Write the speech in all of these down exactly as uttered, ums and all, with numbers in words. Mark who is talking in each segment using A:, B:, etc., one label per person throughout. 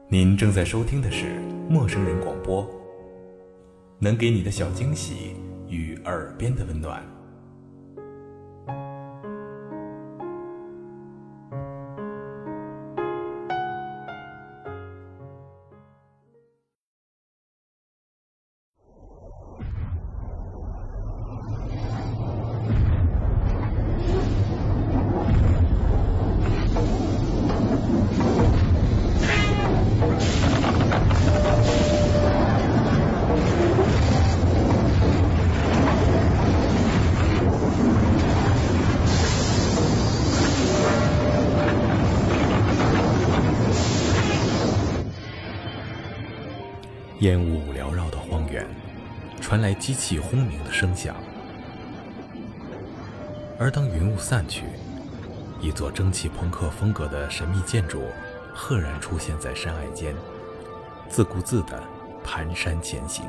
A: 您正在收听的是陌生人广播，能给你的小惊喜与耳边的温暖。烟雾缭绕的荒原，传来机器轰鸣的声响。而当云雾散去，一座蒸汽朋克风格的神秘建筑赫然出现在山隘间，自顾自地蹒跚前行。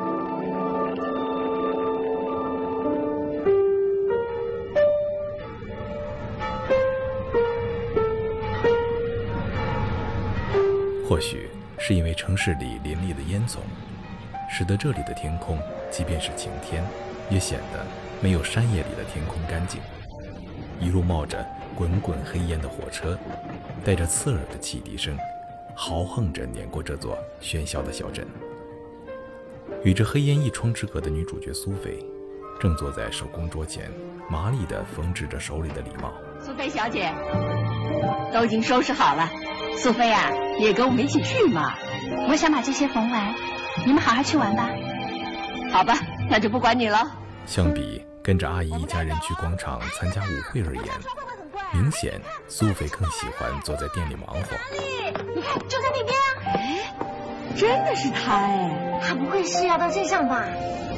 A: 或许是因为城市里林立的烟囱，使得这里的天空即便是晴天，也显得没有山野里的天空干净。一路冒着滚滚黑烟的火车，带着刺耳的汽笛声，豪横着碾过这座喧嚣的小镇。与这黑烟一窗之隔的女主角苏菲，正坐在手工桌前，麻利地缝制着手里的礼帽。
B: 苏菲小姐，都已经收拾好了。苏菲啊，你也跟我们一起去嘛。
C: 我想把这些缝完，你们好好去玩吧。
B: 好吧，那就不管你了。
A: 相比跟着阿姨一家人去广场参加舞会而言，明显苏菲更喜欢坐在店里忙活。
C: 你看，就在那边啊！
B: 哎，真的是他哎，
C: 他不会是要到镇上吧？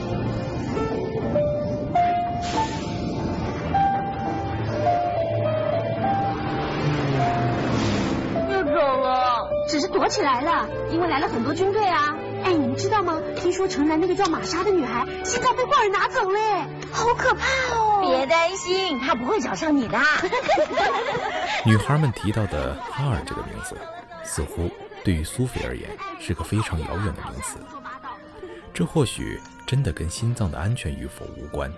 B: 又走了，
C: 只是躲起来了，因为来了很多军队啊。哎，你们知道吗？听说城南那个叫玛莎的女孩现在被怪人拿走了，好可怕哦！
B: 别担心，她不会找上你的。
A: 女孩们提到的哈尔这个名字，似乎对于苏菲而言是个非常遥远的名词。这或许真的跟心脏的安全与否无关。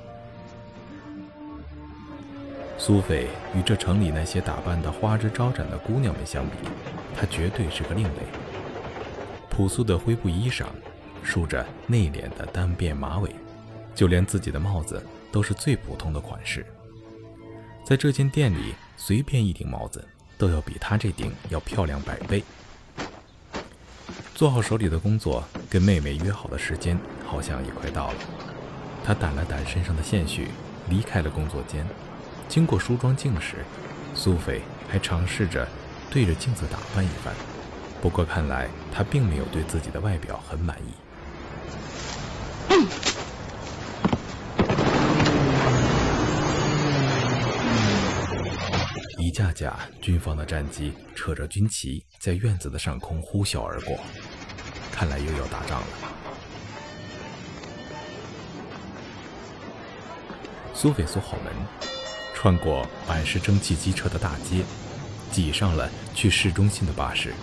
A: 苏菲与这城里那些打扮得花枝招展的姑娘们相比，她绝对是个另类。朴素的灰布衣裳，梳着内敛的单边马尾，就连自己的帽子都是最普通的款式。在这间店里，随便一顶帽子都要比她这顶要漂亮百倍。做好手里的工作，跟妹妹约好的时间好像也快到了。她掸了掸身上的线絮，离开了工作间。经过梳妆镜时，苏菲还尝试着对着镜子打扮一番。不过看来她并没有对自己的外表很满意。
C: 嗯
A: 一架架军方的战机扯着军旗在院子的上空呼啸而过，看来又要打仗了。苏菲锁好门，穿过满是蒸汽机车的大街，挤上了去市中心的巴士。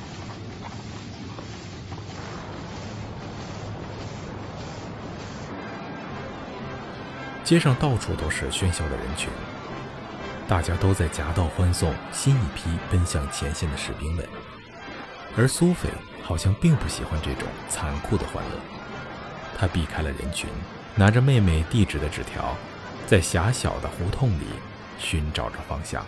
A: 街上到处都是喧嚣的人群，大家都在夹道欢送新一批奔向前线的士兵们，而苏菲好像并不喜欢这种残酷的欢乐。她避开了人群，拿着妹妹递纸的纸条，在狭小的胡同里寻找着方向。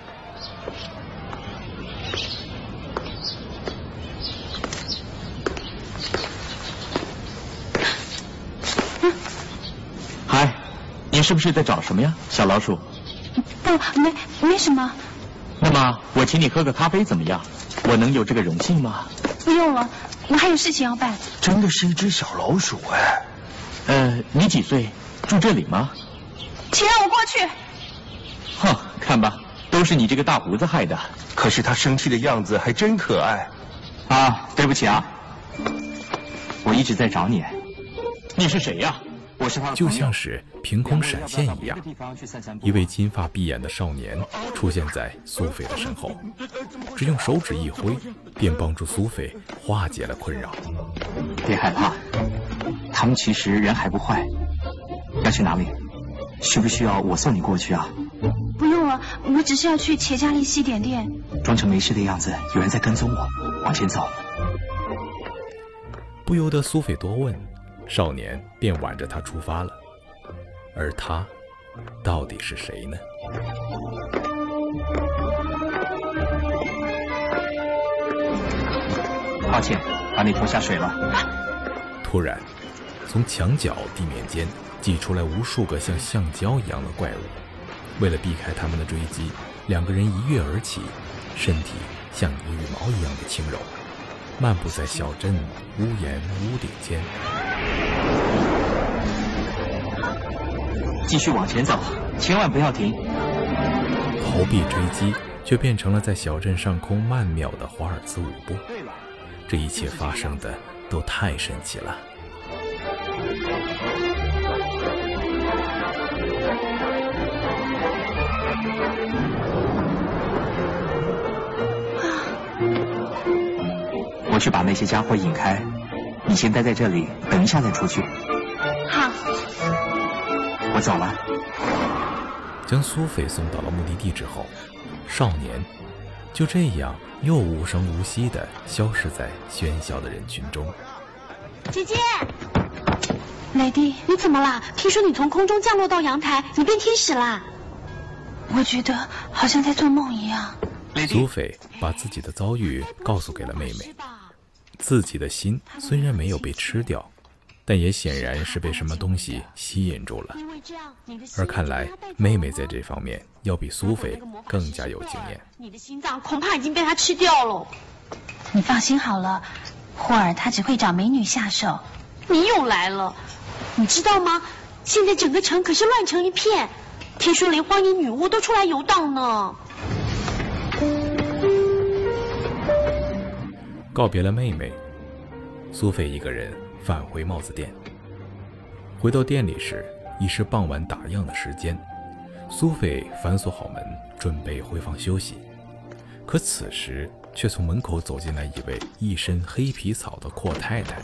D: 嗨，你是不是在找什么呀，小老鼠？
C: 不，没没什么。
D: 那么我请你喝个咖啡怎么样？我能有这个荣幸吗？
C: 不用了，我还有事情要办。
E: 真的是一只小老鼠哎。
D: 呃，你几岁？住这里吗？
C: 请让我过去。
D: 哼，看吧，都是你这个大胡子害的。
E: 可是他生气的样子还真可爱。
D: 啊，对不起啊，我一直在找你。你是谁呀？ 我是他的朋友，
A: 就像是凭空闪现一样，一位金发碧眼的少年出现在苏菲的身后，只用手指一挥，便帮助苏菲化解了困扰。
D: 别害怕，他们其实人还不坏。要去哪里？需不需要我送你过去啊？
C: 不用了，我只是要去且加利西点店。
D: 装成没事的样子，有人在跟踪我，往前走。
A: 不由得苏菲多问，少年便挽着她出发了。而他到底是谁呢？
D: 抱歉，把你拖下水了。
A: 突然，从墙角地面间挤出来无数个像橡胶一样的怪物。为了避开他们的追击，两个人一跃而起，身体像羽毛一样的轻柔，漫步在小镇屋檐屋顶间。
D: 继续往前走，千万不要停。
A: 逃避追击，却变成了在小镇上空曼妙的华尔兹舞步。这一切发生的都太神奇了。
D: 我去把那些家伙引开，你先待在这里，等一下再出去。
C: 好，
D: 我走了。
A: 将苏菲送到了目的地之后，少年就这样又无声无息地消失在喧嚣的人群中。
C: 姐姐，雷迪，你怎么啦？听说你从空中降落到阳台，你变天使啦？我觉得好像在做梦一样。
A: 苏菲把自己的遭遇告诉给了妹妹，自己的心虽然没有被吃掉，但也显然是被什么东西吸引住了。而看来妹妹在这方面要比苏菲更加有经验。
C: 你的心脏恐怕已经被他吃掉了。你放心好了，霍尔他只会找美女下手。你又来了，你知道吗？现在整个城可是乱成一片，听说连荒野女巫都出来游荡呢。
A: 告别了妹妹，苏菲一个人返回帽子店。回到店里时，已是傍晚打烊的时间。苏菲反锁好门，准备回房休息。可此时，却从门口走进来一位一身黑皮草的阔太太。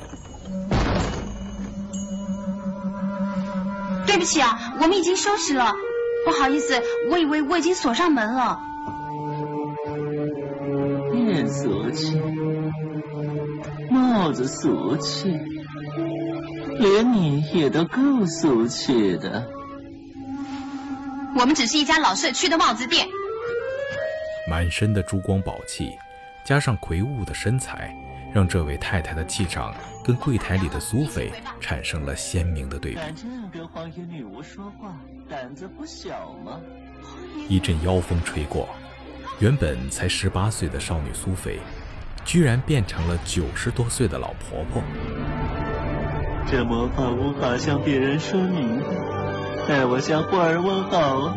C: 对不起啊，我们已经收拾了。不好意思，我以为我已经锁上门了。
F: 面俗气，帽子俗气，连你也都够俗气的。
B: 我们只是一家老社区的帽子店。
A: 满身的珠光宝气，加上魁梧的身材，让这位太太的气场跟柜台里的苏菲产生了鲜明的对比。
F: 敢这样跟荒野女巫说话，胆子不小吗？
A: 一阵妖风吹过，原本才十八岁的少女苏菲，居然变成了九十多岁的老婆婆。
F: 这魔法无法向别人说明白，代我向霍尔问好。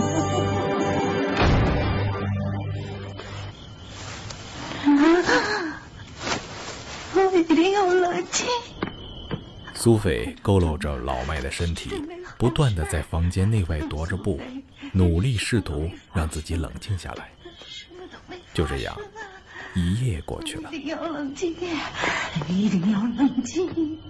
C: 我一定要冷静。
A: 苏菲佝偻着老迈的身体，不断地在房间内外踱着步，努力试图让自己冷静下来。就这样，一夜过去了。
C: 一定要冷静，一定要冷静。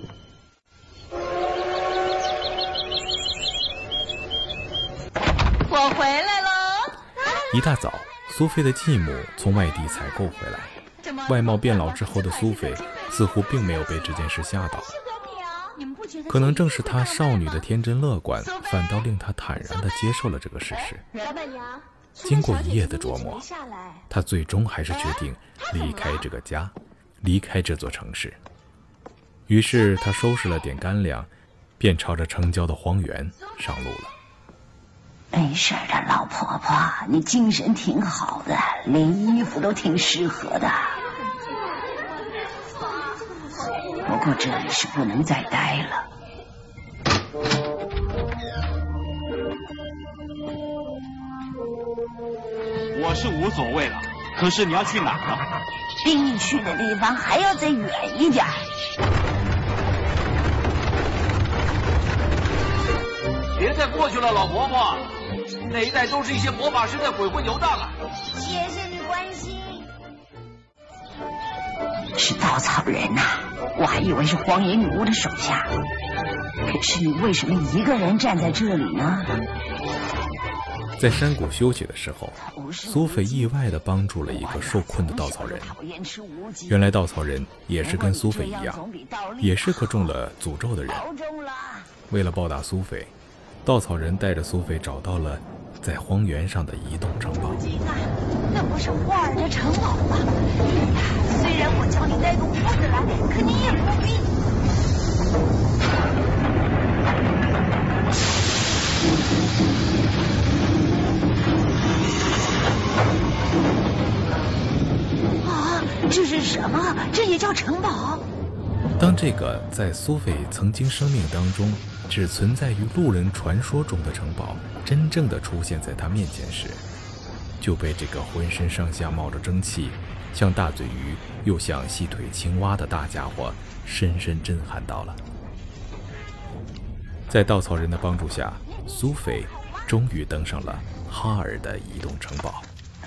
B: 我回来了。
A: 一大早，苏菲的继母从外地采购回来。外貌变老之后的苏菲似乎并没有被这件事吓倒，可能正是她少女的天真乐观，反倒令她坦然地接受了这个事实。
C: 老板娘，
A: 经过一夜的琢磨，她最终还是决定离开这个家，离开这座城市。于是她收拾了点干粮，便朝着城郊的荒原上路了。
G: 没事的，老婆婆，你精神挺好的，连衣服都挺适合的。不过这里是不能再待了。
D: 我是无所谓了，可是你要去哪儿啊？
G: 比你去的地方还要再远一点。
H: 别再过去了，老婆婆，那一带都是一些魔法师在鬼魂游荡啊。
G: 谢谢你关心。是稻草人呐、啊，我还以为是荒野女巫的手下。可是你为什么一个人站在这里呢？
A: 在山谷休息的时候，苏菲意外地帮助了一个受困的稻草人。原来稻草人也是跟苏菲一样，也是个中了诅咒的人。为了报答苏菲，稻草人带着苏菲找到了在荒原上的移动城堡。
G: 那不是霍尔的城堡吗？虽然我教你带动霍尔来，可你也不必。啊，这是什么？这也叫城堡？
A: 当这个在苏菲曾经生命当中只存在于路人传说中的城堡真正的出现在他面前时，就被这个浑身上下冒着蒸汽，像大嘴鱼又像细腿青蛙的大家伙深深震撼到了。在稻草人的帮助下，苏菲终于登上了哈尔的移动城堡。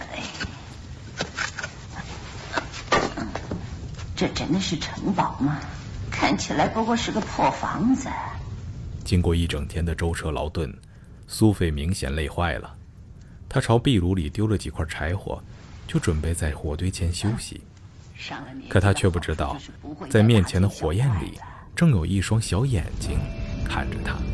G: 这真的是城堡吗？看起来不过是个破房子。
A: 经过一整天的舟车劳顿，苏菲明显累坏了。她朝壁炉里丢了几块柴火，就准备在火堆前休息。可她却不知道，在面前的火焰里正有一双小眼睛看着她。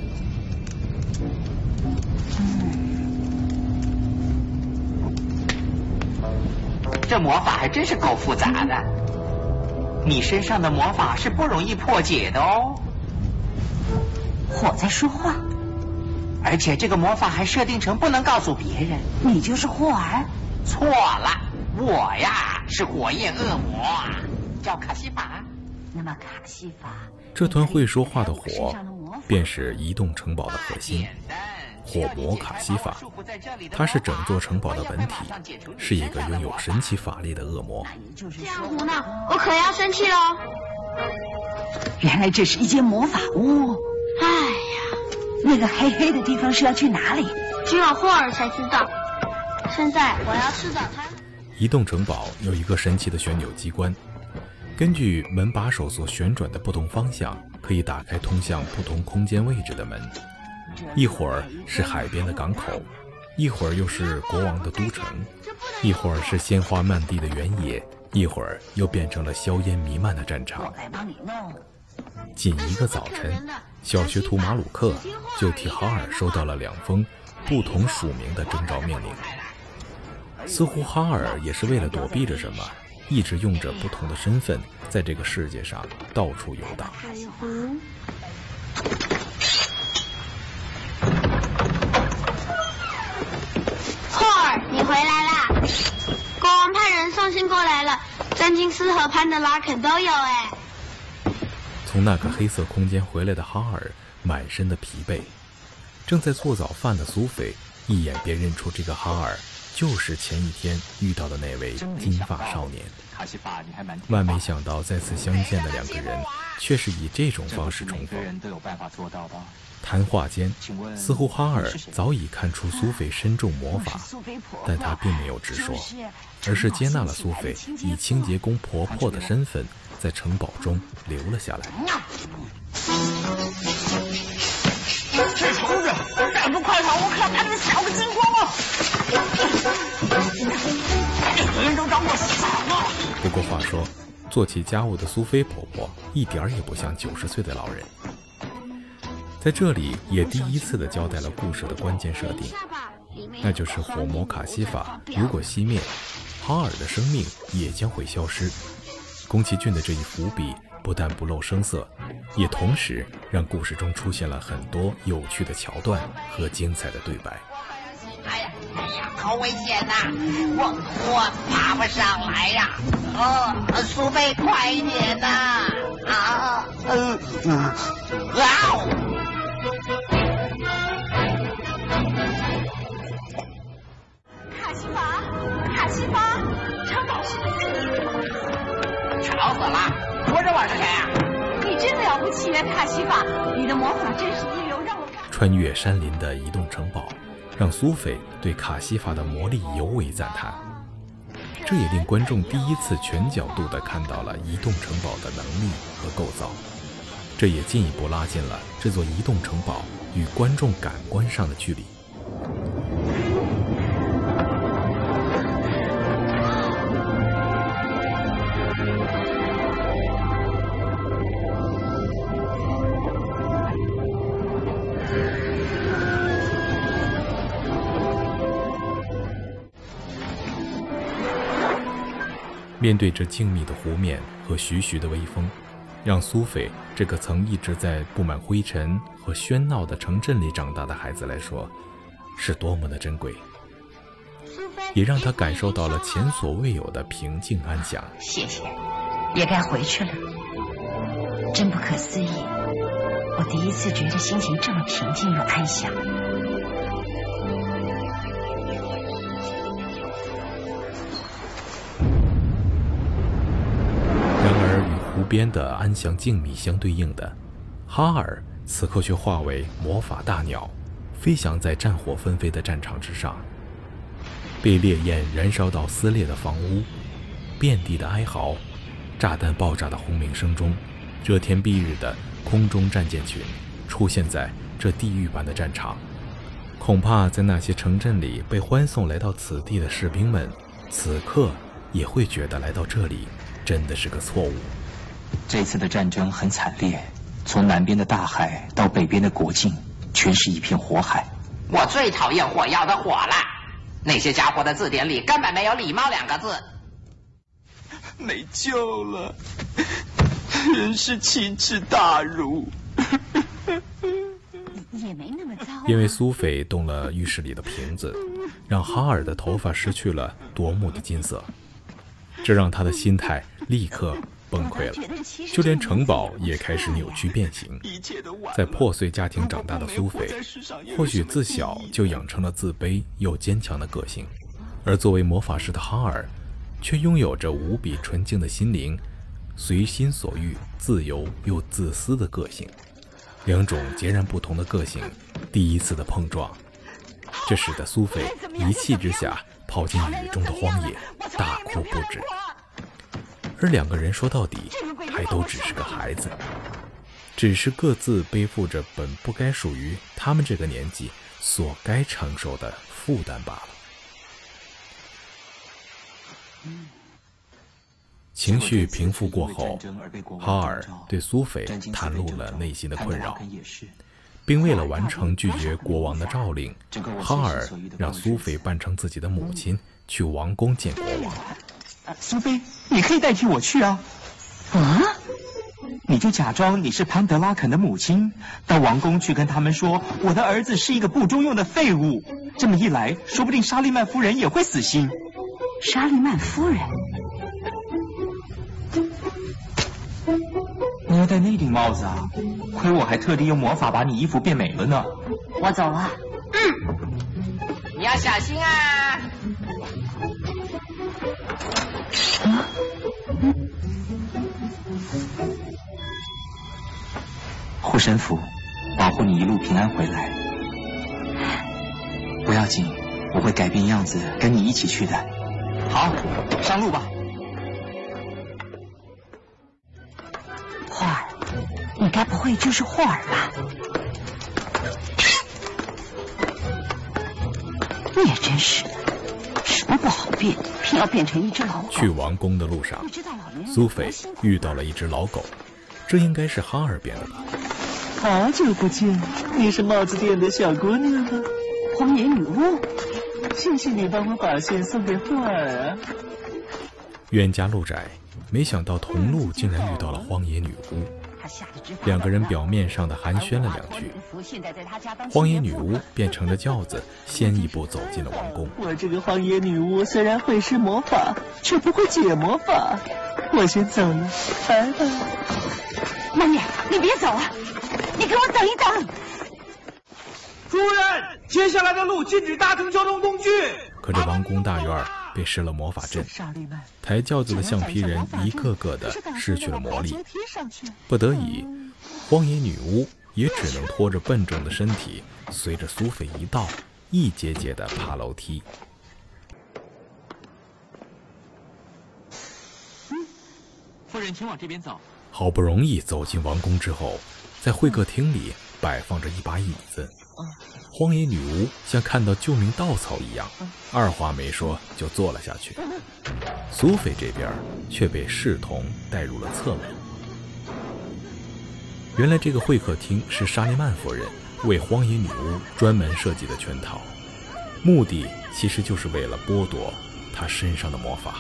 I: 这魔法还真是够复杂的，你身上的魔法是不容易破解的哦。
G: 火在说话，
I: 而且这个魔法还设定成不能告诉别人。
G: 你就是霍尔？
I: 错了，我呀是火焰恶魔，叫卡西法。
G: 那么卡西法，
A: 这团会说话的火便是移动城堡的核心，火魔卡西法。它是整座城堡的本体，是一个拥有神奇法力的恶魔。
C: 这样胡闹，我可要生气喽！
G: 原来这是一间魔法屋。
C: 哎呀，
G: 那个黑黑的地方是要去哪里？
C: 只有霍尔才知道。现在我要吃早餐。
A: 移动城堡有一个神奇的旋钮机关，根据门把手所旋转的不同方向，可以打开通向不同空间位置的门。一会儿是海边的港口，一会儿又是国王的都城，一会儿是鲜花漫地的原野，一会儿又变成了硝烟弥漫的战场。仅一个早晨，小学徒马鲁克就替哈尔收到了两封不同署名的征召命令。似乎哈尔也是为了躲避着什么，一直用着不同的身份在这个世界上到处游荡。
C: 霍尔，你回来啦！国王派人送信过来了，詹金斯和潘德拉肯都有哎。
A: 从那个黑色空间回来的哈尔满身的疲惫，正在做早饭的苏菲一眼便认出这个哈尔就是前一天遇到的那位金发少年。万没想到再次相见的两个人却是以这种方式重逢。谈话间，似乎哈尔早已看出苏菲身中魔法，但他并没有直说，而是接纳了苏菲以清洁工婆婆的身份在城堡中留了下来。
G: 是虫子，再不快跑，我可要把你扫个精光了！别人都找我扫了。
A: 不过话说，做起家务的苏菲婆婆一点儿也不像九十岁的老人。在这里也第一次的交代了故事的关键设定，那就是火魔卡西法如果熄灭，哈尔的生命也将会消失。宫崎骏的这一伏笔不但不露声色，也同时让故事中出现了很多有趣的桥段和精彩的对白。
I: 哎呀哎呀，好危险呐、啊！我我爬不上来呀、啊！哦，苏菲，快一点呐！啊，嗯嗯，啊！
G: 卡西法，卡西法，城堡是
I: 吵死了！多少晚之前呀？
G: 你真了不起呀，卡西法！你的魔法真是一流，让我看。
A: 穿越山林的移动城堡，让苏菲对卡西法的魔力尤为赞叹。这也令观众第一次全角度地看到了移动城堡的能力和构造，这也进一步拉近了这座移动城堡与观众感官上的距离。面对着静谧的湖面和徐徐的微风，让苏菲这个曾一直在布满灰尘和喧闹的城镇里长大的孩子来说，是多么的珍贵，也让他感受到了前所未有的平静安详。
B: 谢谢，也该回去了。真不可思议，我第一次觉得心情这么平静又安详。
A: 湖边的安详静谧相对应的，哈尔此刻却化为魔法大鸟，飞翔在战火纷飞的战场之上。被烈焰燃烧到撕裂的房屋，遍地的哀嚎，炸弹爆炸的轰鸣声中，遮天蔽日的空中战舰群出现在这地狱般的战场。恐怕在那些城镇里被欢送来到此地的士兵们，此刻也会觉得来到这里真的是个错误。
D: 这次的战争很惨烈，从南边的大海到北边的国境，全是一片火海。
I: 我最讨厌火药的火了，那些家伙的字典里根本没有礼貌两个字。
F: 没救了，人是奇耻大辱。
B: 也没那么糟。
A: 因为苏菲动了浴室里的瓶子，让哈尔的头发失去了夺目的金色，这让他的心态立刻崩溃了，就连城堡也开始扭曲变形。在破碎家庭长大的苏菲，或许自小就养成了自卑又坚强的个性，而作为魔法师的哈尔，却拥有着无比纯净的心灵，随心所欲、自由又自私的个性。两种截然不同的个性第一次的碰撞，这使得苏菲一气之下跑进雨中的荒野，大哭不止。而两个人说到底还都只是个孩子，只是各自背负着本不该属于他们这个年纪所该承受的负担罢了。情绪平复过后，哈尔对苏菲袒露了内心的困扰，并为了完成拒绝国王的诏令，哈尔让苏菲扮成自己的母亲去王宫见国王。
D: 苏菲，你可以代替我去啊！
B: 啊？
D: 你就假装你是潘德拉肯的母亲，到王宫去跟他们说，我的儿子是一个不中用的废物。这么一来，说不定莎莉曼夫人也会死心。
B: 莎莉曼夫人？
D: 你要戴那顶帽子啊？亏我还特地用魔法把你衣服变美了呢。
B: 我走了。
I: 嗯，你要小心啊！
B: 啊，嗯，
D: 护身符，保护你一路平安回来。不要紧，我会改变样子跟你一起去的。好，上路吧。
B: 霍尔，你该不会就是霍尔吧？你也真是的，什么不好变，偏要变成一只老狗。
A: 去王宫的路上，苏菲遇到了一只老狗，这应该是哈尔变的吧？
F: 好久不见，你是帽子店的小姑娘吗？
B: 荒野女巫，
F: 谢谢你帮我把线送给霍尔啊。
A: 冤家路窄，没想到同路竟然遇到了荒野女巫。两个人表面上的寒暄了两句，荒野女巫便乘着轿子先一步走进了王宫。
F: 我这个荒野女巫虽然会施魔法，却不会解魔法。我先走了，拜拜。
B: 慢点，你别走啊！你给我等一等。
H: 主人，接下来的路禁止大型交通工具。
A: 可这王宫大院被施了魔法阵，抬轿子的橡皮人一个个的失去了魔力，不得已，荒野女巫也只能拖着笨重的身体，随着苏菲一道，一节节地爬楼梯。
D: 夫人，请往这边走。
A: 好不容易走进王宫之后，在会客厅里摆放着一把椅子。荒野女巫像看到救命稻草一样，二话没说就坐了下去。苏菲这边却被侍童带入了侧门。原来这个会客厅是沙利曼夫人为荒野女巫专门设计的圈套，目的其实就是为了剥夺她身上的魔法。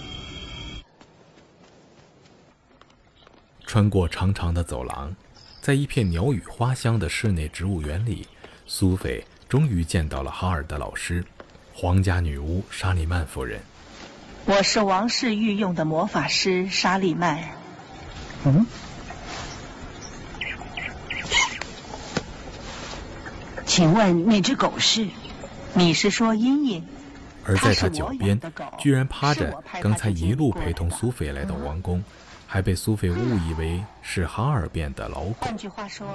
A: 穿过长长的走廊，在一片鸟语花香的室内植物园里，苏菲终于见到了哈尔的老师，皇家女巫沙利曼夫人。
J: 我是王室御用的魔法师沙利曼。
B: 嗯？请问那只狗是？
J: 你是说茵茵？
A: 而在他脚边，居然趴着刚才一路陪同苏菲来到王宫，还被苏菲误以为是哈尔变的老狗。
J: 换句话说，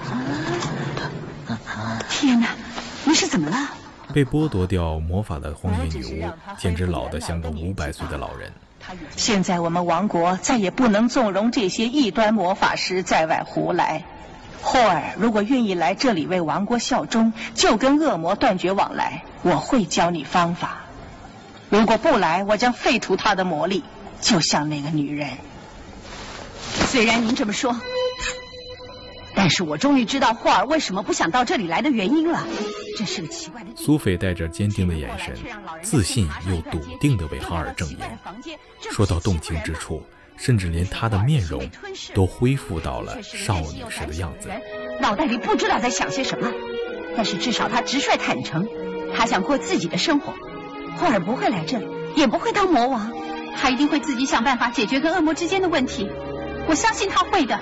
B: 天哪，你是怎么了？
A: 被剥夺掉魔法的荒野女巫，简直老得像个五百岁的老人。
J: 现在我们王国再也不能纵容这些异端魔法师在外胡来。霍尔如果愿意来这里为王国效忠，就跟恶魔断绝往来，我会教你方法。如果不来，我将废除他的魔力，就像那个女人。
B: 虽然您这么说，但是我终于知道霍尔为什么不想到这里来的原因了。这是个奇怪的。
A: 苏菲带着坚定的眼神，自信又笃定地为哈尔证言。说到动情之处，甚至连她的面容都恢复到了少女时的样子。
B: 脑袋里不知道在想些什么，但是至少他直率坦诚，他想过自己的生活。霍尔不会来这里，也不会当魔王，他一定会自己想办法解决跟恶魔之间的问题。我相信他会的。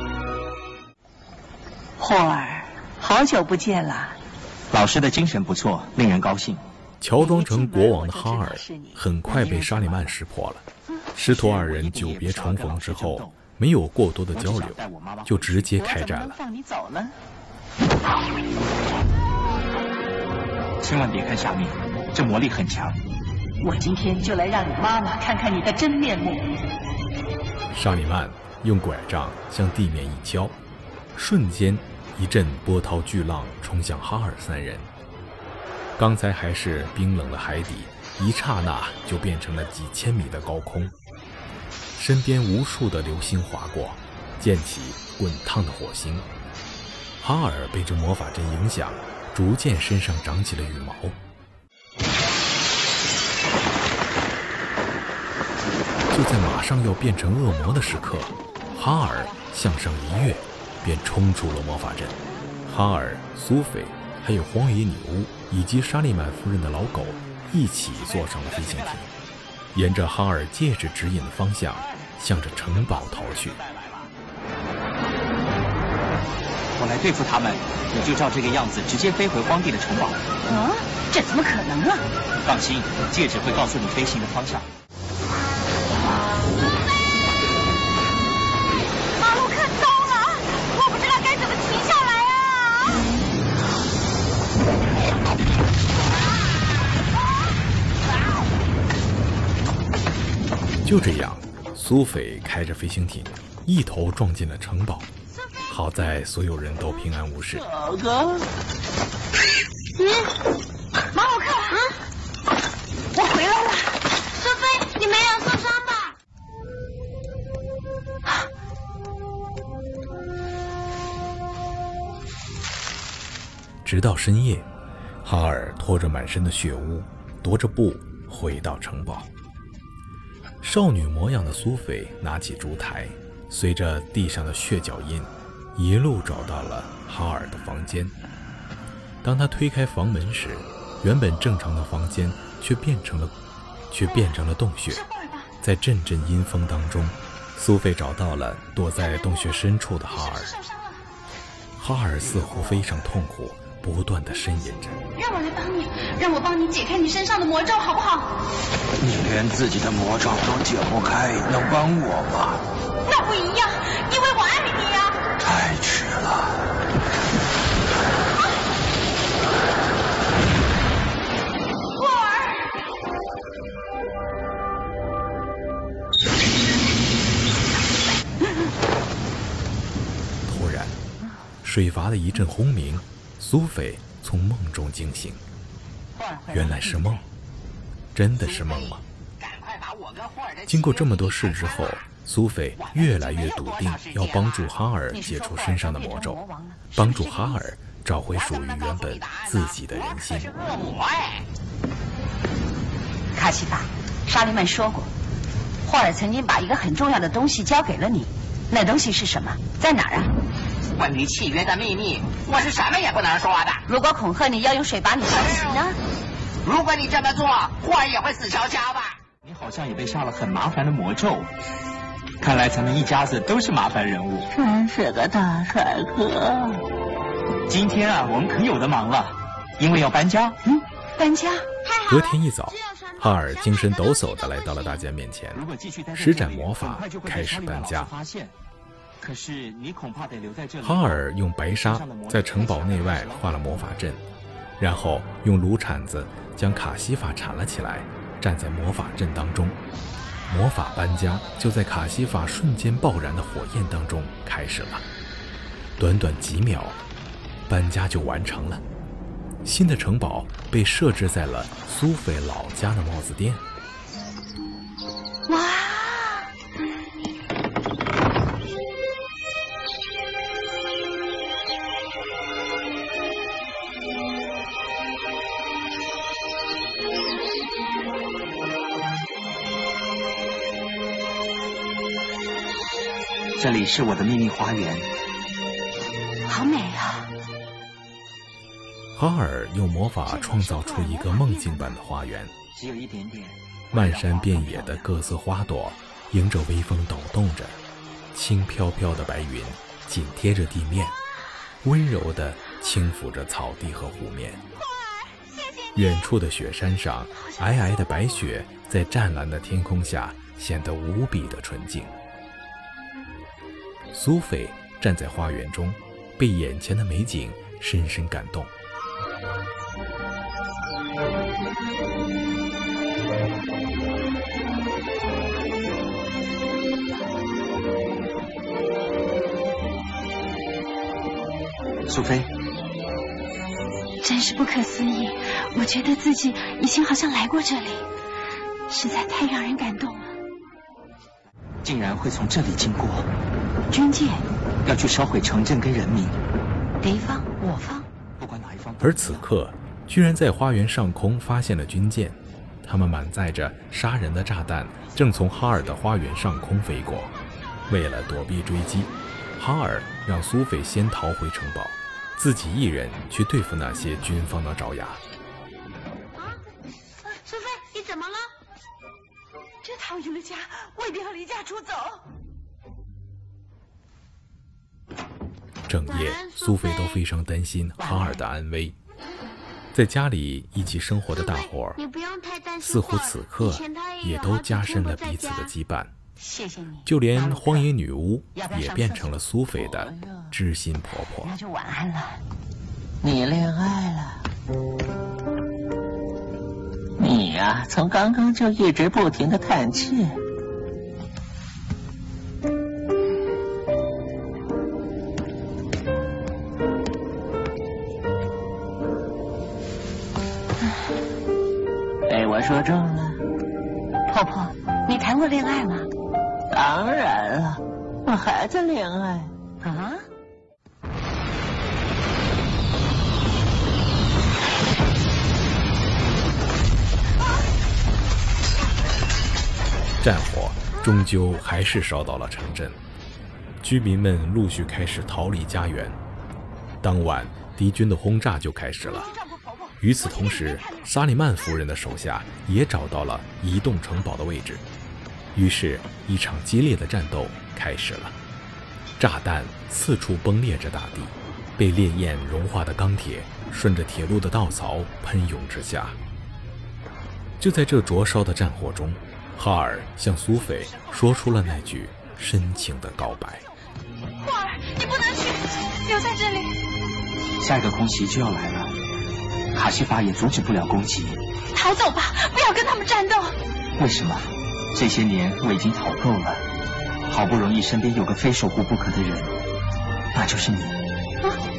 J: 霍尔，好久不见了。
D: 老师的精神不错，令人高兴。
A: 乔装成国王的哈尔很快被沙利曼识破了。师徒二人久别重逢之后，没有过多的交流，就直接开战了。
J: 放你走了。
D: 千万别看下面，这魔力很强。
J: 我今天就来让你妈妈看看你的真面目。
A: 沙利曼用拐杖向地面一敲，瞬间一阵波涛巨浪冲向哈尔三人。刚才还是冰冷的海底，一刹那就变成了几千米的高空。身边无数的流星划过，溅起滚烫的火星。哈尔被这魔法阵影响，逐渐身上长起了羽毛。就在马上要变成恶魔的时刻，哈尔向上一跃，便冲出了魔法阵。哈尔、苏菲还有荒野女巫以及沙利曼夫人的老狗一起坐上了飞行艇，沿着哈尔戒指指引的方向向着城堡逃去。
D: 我来对付他们，你就照这个样子直接飞回荒地的城堡。
B: 啊，这怎么可能啊？
D: 放心，戒指会告诉你飞行的方向。
C: 马路可糟了，我不知道该怎么停下来
A: 啊！就这样，苏菲开着飞行艇一头撞进了城堡。好在所有人都平安无事。
C: 哥哥，嗯，马鲁克啊，我回来了。苏菲，你没有受伤吧？
A: 直到深夜，哈尔拖着满身的血污，踱着步回到城堡。少女模样的苏菲拿起烛台，随着地上的血脚印，一路找到了哈尔的房间。当他推开房门时，原本正常的房间却变成了却变成了洞穴。在阵阵阴风当中，苏菲找到了躲在洞穴深处的哈尔。哈尔似乎非常痛苦，不断地呻吟着。
C: 让我来帮你，让我帮你解开你身上的魔咒，好不好？
E: 你连自己的魔咒都解不开，能帮我吗？
C: 那不一样，因为我爱你呀。
E: 太迟了。
A: 水阀的一阵轰鸣，苏菲从梦中惊醒。原来是梦，真的是梦吗？经过这么多事之后，苏菲越来越笃定要帮助哈尔解除身上的魔咒，帮助哈尔找回属于原本自己的人心。
B: 卡西法，沙利曼说过，霍尔曾经把一个很重要的东西交给了你，那东西是什么？在哪儿啊？
I: 关于契约的秘密，我是什么也不能说的。
B: 如果恐吓你要用水把你烧死呢？
I: 如果你这么做，霍尔也会死翘翘的。
D: 你好像也被下了很麻烦的魔咒，看来咱们一家子都是麻烦人物。
J: 真是个大帅哥。
D: 今天啊，我们可有的忙了，因为要搬家。
B: 嗯，搬家。
A: 隔天一早，哈尔精神抖擞地来到了大家面前，施展魔法开始搬家。
D: 可是你恐怕得留在这里。
A: 哈尔用白沙在城堡内外画了魔法阵，然后用炉铲子将卡西法铲了起来，站在魔法阵当中。魔法搬家就在卡西法瞬间爆燃的火焰当中开始了。短短几秒，搬家就完成了。新的城堡被设置在了苏菲老家的帽子店。
C: 哇！
D: 这里是我的秘密花园，
C: 好美啊！
A: 哈尔用魔法创造出一个梦境般的花园，
D: 只有一点点。
A: 漫山遍野的各色花朵迎着微风抖动着，轻飘飘的白云紧贴着地面，温柔地轻抚着草地和湖面。远处的雪山上，皑皑的白雪在湛蓝的天空下显得无比的纯净。苏菲站在花园中，被眼前的美景深深感动。
D: 苏菲，
C: 真是不可思议，我觉得自己以前好像来过这里，实在太让人感动了。
D: 竟然会从这里经过。
B: 军舰
D: 要去烧毁城镇跟人民。
B: 敌方我方，
D: 不管哪一方。
A: 而此刻居然在花园上空发现了军舰，他们满载着杀人的炸弹正从哈尔的花园上空飞过。为了躲避追击，哈尔让苏菲先逃回城堡，自己一人去对付那些军方的爪牙。
C: 啊，苏菲，你怎么了？
B: 这讨厌的家，我一定要离家出走。
A: 整夜，苏菲都非常担心哈尔的安危。在家里一起生活的大伙儿，似乎此刻也都加深了彼此的羁绊。
B: 谢谢你。
A: 就连荒野女巫也变成了苏菲的知心婆婆。
B: 那就晚安了。
J: 你恋爱了？你呀、啊，从刚刚就一直不停的叹气。被我说中了。
B: 婆婆，你谈过恋爱吗？
J: 当然了，我还在恋爱。
B: 啊？
A: 战火终究还是烧到了城镇，居民们陆续开始逃离家园。当晚，敌军的轰炸就开始了。与此同时，沙利曼夫人的手下也找到了移动城堡的位置。于是，一场激烈的战斗开始了。炸弹四处崩裂着大地，被烈焰融化的钢铁顺着铁路的稻草喷涌之下。就在这灼烧的战火中，哈尔向苏菲说出了那句深情的告白：
C: 霍尔，你不能去，留在这里。
D: 下一个空袭就要来了，卡西法也阻止不了攻击。
C: 逃走吧，不要跟他们战斗。
D: 为什么？这些年我已经逃够了，好不容易身边有个非守护不可的人，那就是你。
C: 啊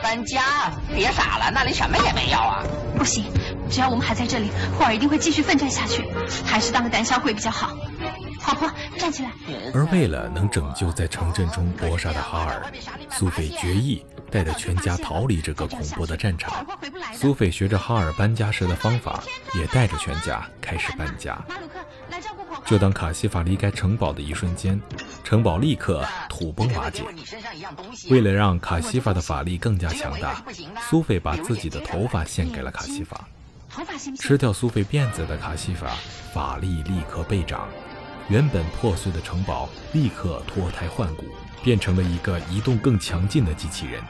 I: 搬家？别傻了，那里什么也没有啊！
C: 不行，只要我们还在这里，霍尔一定会继续奋战下去，还是当个胆小鬼比较好。婆婆，站起来。
A: 而为了能拯救在城镇中搏杀的哈尔，苏菲决意带着全家逃离这个恐怖的战场。苏菲学着哈尔搬家时的方法，也带着全家开始搬家。就当卡西法离开城堡的一瞬间，城堡立刻土崩瓦解。为了让卡西法的法力更加强大，苏菲把自己的头发献给了卡西法。吃掉苏菲辫子的卡西法法力立刻倍涨，原本破碎的城堡立刻脱胎换骨，变成了一个移动更强劲的机器人。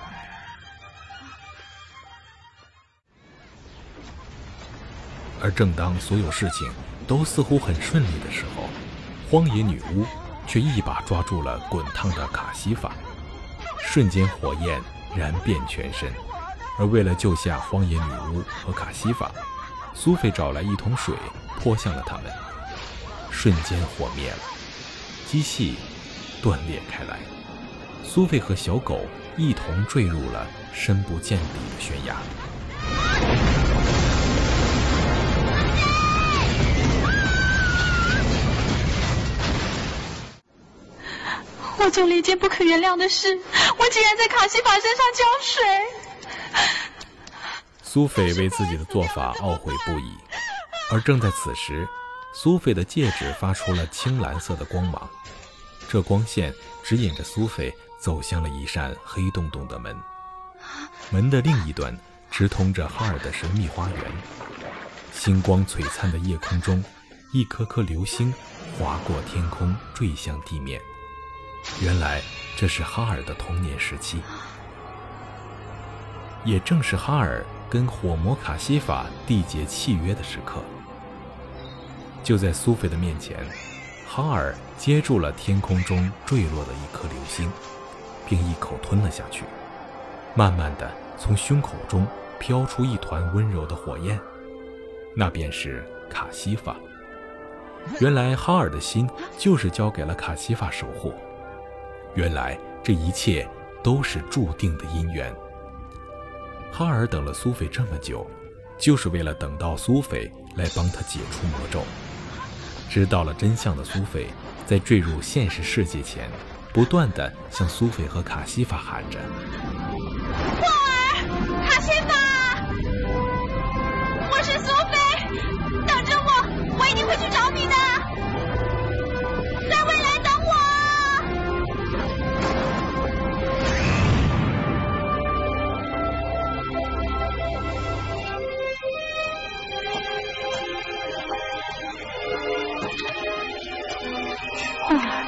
A: 而正当所有事情都似乎很顺利的时候，荒野女巫却一把抓住了滚烫的卡西法，瞬间火焰燃遍全身。而为了救下荒野女巫和卡西法，苏菲找来一桶水泼向了他们，瞬间火灭了，机器断裂开来，苏菲和小狗一同坠入了深不见底的悬崖。
C: 我做了一件不可原谅的事，我竟然在卡西法身上浇水。
A: 苏菲为自己的做法懊悔不已，而正在此时，苏菲的戒指发出了青蓝色的光芒，这光线指引着苏菲走向了一扇黑洞洞的门，门的另一端直通着哈尔的神秘花园。星光璀璨的夜空中，一颗颗流星划过天空坠向地面。原来这是哈尔的童年时期，也正是哈尔跟火魔卡西法缔结契约的时刻。就在苏菲的面前，哈尔接住了天空中坠落的一颗流星，并一口吞了下去。慢慢的从胸口中飘出一团温柔的火焰，那便是卡西法。原来哈尔的心就是交给了卡西法守护，原来这一切都是注定的姻缘。哈尔等了苏菲这么久，就是为了等到苏菲来帮他解除魔咒。知道了真相的苏菲，在坠入现实世界前，不断地向苏菲和卡西法喊着：
C: 霍尔，卡西法，我是苏菲，等着我，我一定会去找你的，在未来等我。霍尔，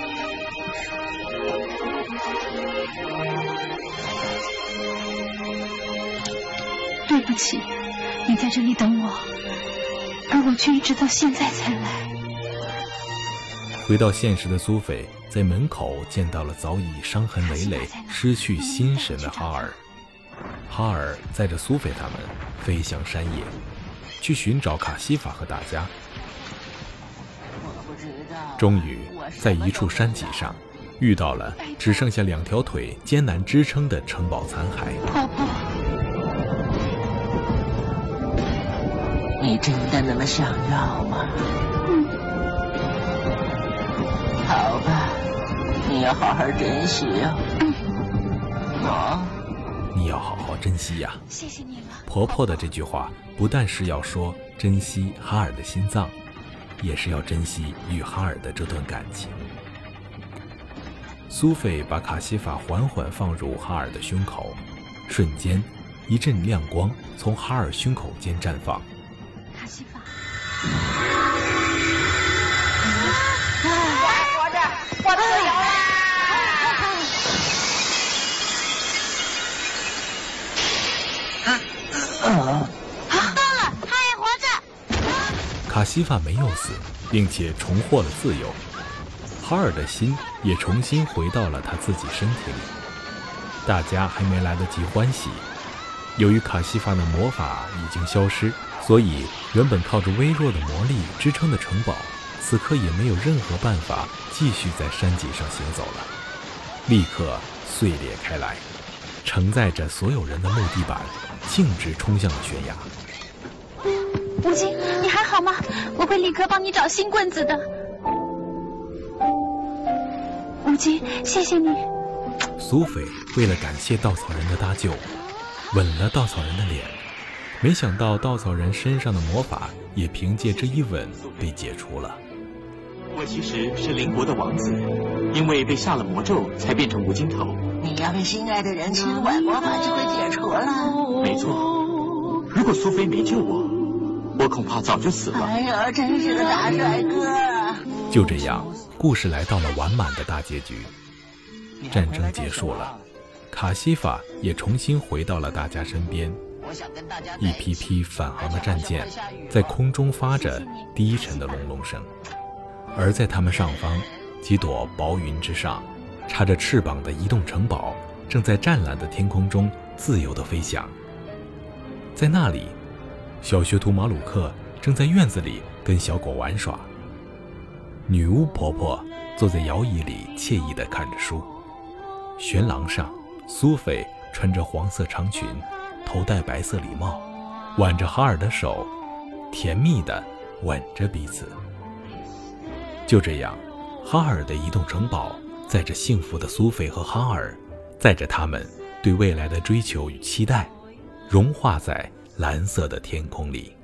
C: 对不起，你在这里等我，而我却一直到现在才来。
A: 回到现实的苏菲在门口见到了早已伤痕累累、失去心神的哈尔。哈尔载着苏菲他们飞向山野，去寻找卡西法和大家。终于在一处山脊上遇到了只剩下两条腿艰难支撑的城堡残骸。
C: 婆婆，
I: 你真的那么想要吗？
C: 嗯，
I: 好吧，你要好好珍惜哦。
C: 嗯，
I: 哦，
A: 你要好好珍惜呀。
C: 谢谢你了。
A: 婆婆的这句话不但是要说珍惜哈尔的心脏，也是要珍惜与哈尔的这段感情。苏菲把卡西法缓缓放入哈尔的胸口，瞬间一阵亮光从哈尔胸口间绽放。
C: 卡西法，
I: 我还活着，我自由啦！
C: 啊，到了，他也活着。
A: 卡西法没有死，并且重获了自由。哈尔的心也重新回到了他自己身体里。大家还没来得及欢喜，由于卡西法的魔法已经消失，所以原本靠着微弱的魔力支撑的城堡，此刻也没有任何办法继续在山脊上行走了，立刻碎裂开来。 承载着所有人的木地板径直冲向了悬崖。
C: 吴京，你还好吗？我会立刻帮你找新棍子的。吴京，谢谢你。
A: 苏菲为了感谢稻草人的搭救，吻了稻草人的脸，没想到稻草人身上的魔法也凭借这一吻被解除了。
D: 我其实是邻国的王子，因为被下了魔咒才变成无精头。
I: 你要被心爱的人亲吻，魔法就会解除了。
D: 没错，如果苏菲没救我，我恐怕早就死了。
I: 哎呦，真是个大帅哥！
A: 就这样，故事来到了完满的大结局。战争结束了，卡西法也重新回到了大家身边。一批批返航的战舰在空中发着低沉的隆隆声，而在他们上方，几朵薄云之上，插着翅膀的移动城堡正在湛蓝的天空中自由地飞翔。在那里，小学徒马鲁克正在院子里跟小狗玩耍，女巫婆婆坐在摇椅里惬意地看着书。悬廊上，苏菲穿着黄色长裙，头戴白色礼帽，挽着哈尔的手，甜蜜地吻着彼此。就这样，哈尔的移动城堡载着幸福的苏菲和哈尔，载着他们对未来的追求与期待，融化在蓝色的天空里。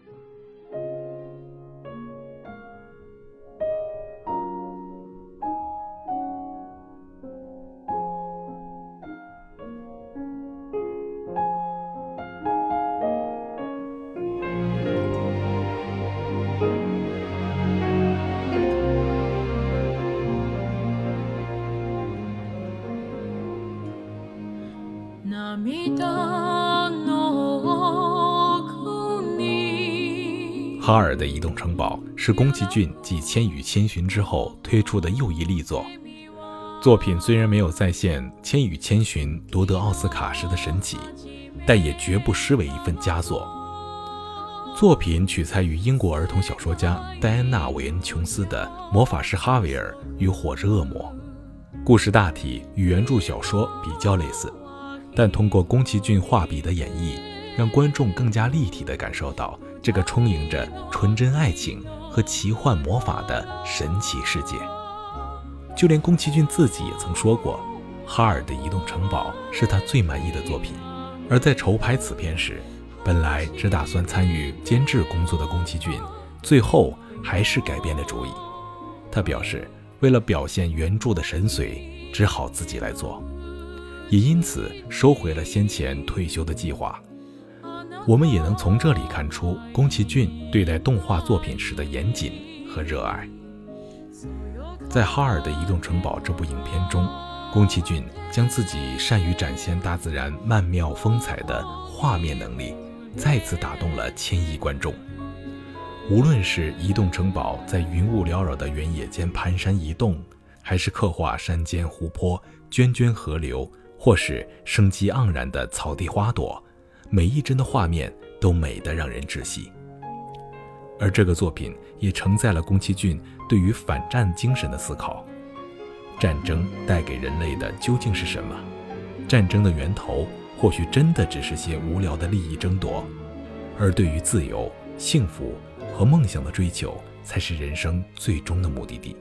A: 哈尔的移动城堡是宫崎骏继《千与千寻》之后推出的又一力作。作品虽然没有再现《千与千寻》夺得奥斯卡时的神奇，但也绝不失为一份佳作。作品取材于英国儿童小说家戴安娜·韦恩·琼斯的《魔法师哈维尔与火之恶魔》，故事大体与原著小说比较类似，但通过宫崎骏画笔的演绎，让观众更加立体地感受到这个充盈着纯真爱情和奇幻魔法的神奇世界。就连宫崎骏自己也曾说过，哈尔的移动城堡是他最满意的作品。而在筹拍此片时，本来只打算参与监制工作的宫崎骏，最后还是改变了主意。他表示，为了表现原著的神髓，只好自己来做，也因此收回了先前退休的计划。我们也能从这里看出宫崎骏对待动画作品时的严谨和热爱。在《哈尔的移动城堡》这部影片中，宫崎骏将自己善于展现大自然曼妙风采的画面能力再次打动了千亿观众。无论是移动城堡在云雾缭绕的原野间蹒跚移动，还是刻画山间湖泊、涓涓河流，或是生机盎然的草地花朵，每一帧的画面都美得让人窒息。而这个作品也承载了宫崎骏对于反战精神的思考。战争带给人类的究竟是什么？战争的源头或许真的只是些无聊的利益争夺，而对于自由、幸福和梦想的追求，才是人生最终的目的地。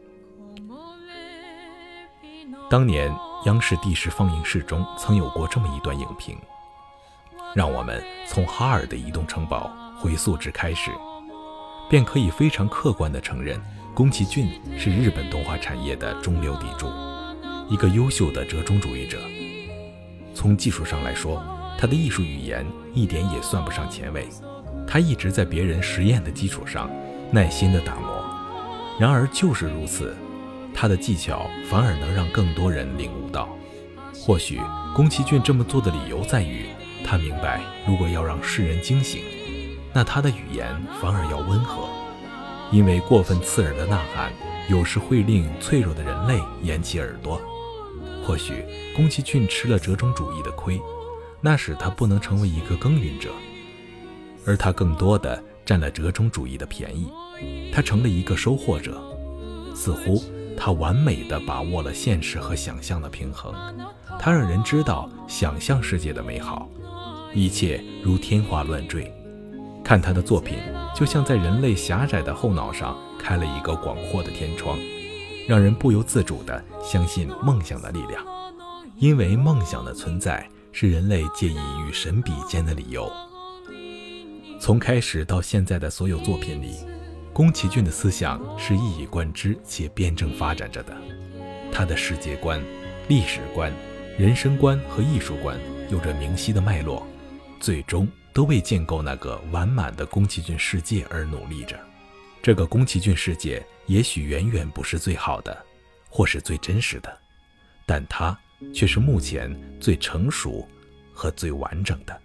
A: 当年央视第十放映室中曾有过这么一段影评，让我们从哈尔的移动城堡回溯至开始，便可以非常客观地承认，宫崎骏是日本动画产业的中流砥柱，一个优秀的折中主义者。从技术上来说，他的艺术语言一点也算不上前卫，他一直在别人实验的基础上耐心地打磨。然而就是如此，他的技巧反而能让更多人领悟到。或许宫崎骏这么做的理由在于，他明白如果要让世人惊醒，那他的语言反而要温和，因为过分刺耳的呐喊有时会令脆弱的人类掩起耳朵。或许宫崎骏吃了折中主义的亏，那使他不能成为一个耕耘者，而他更多的占了折中主义的便宜，他成了一个收获者。似乎他完美地把握了现实和想象的平衡， 它让人知道想象世界的美好，一切如天花乱坠。看他的作品，就像在人类狭窄的后脑上开了一个广阔的天窗，让人不由自主地相信梦想的力量，因为梦想的存在是人类介意与神比肩的理由。从开始到现在的所有作品里，宫崎骏的思想是一以贯之且辩证发展着的。他的世界观、历史观、人生观和艺术观有着明晰的脉络，最终都为建构那个完满的宫崎骏世界而努力着。这个宫崎骏世界也许远远不是最好的，或是最真实的，但它却是目前最成熟和最完整的。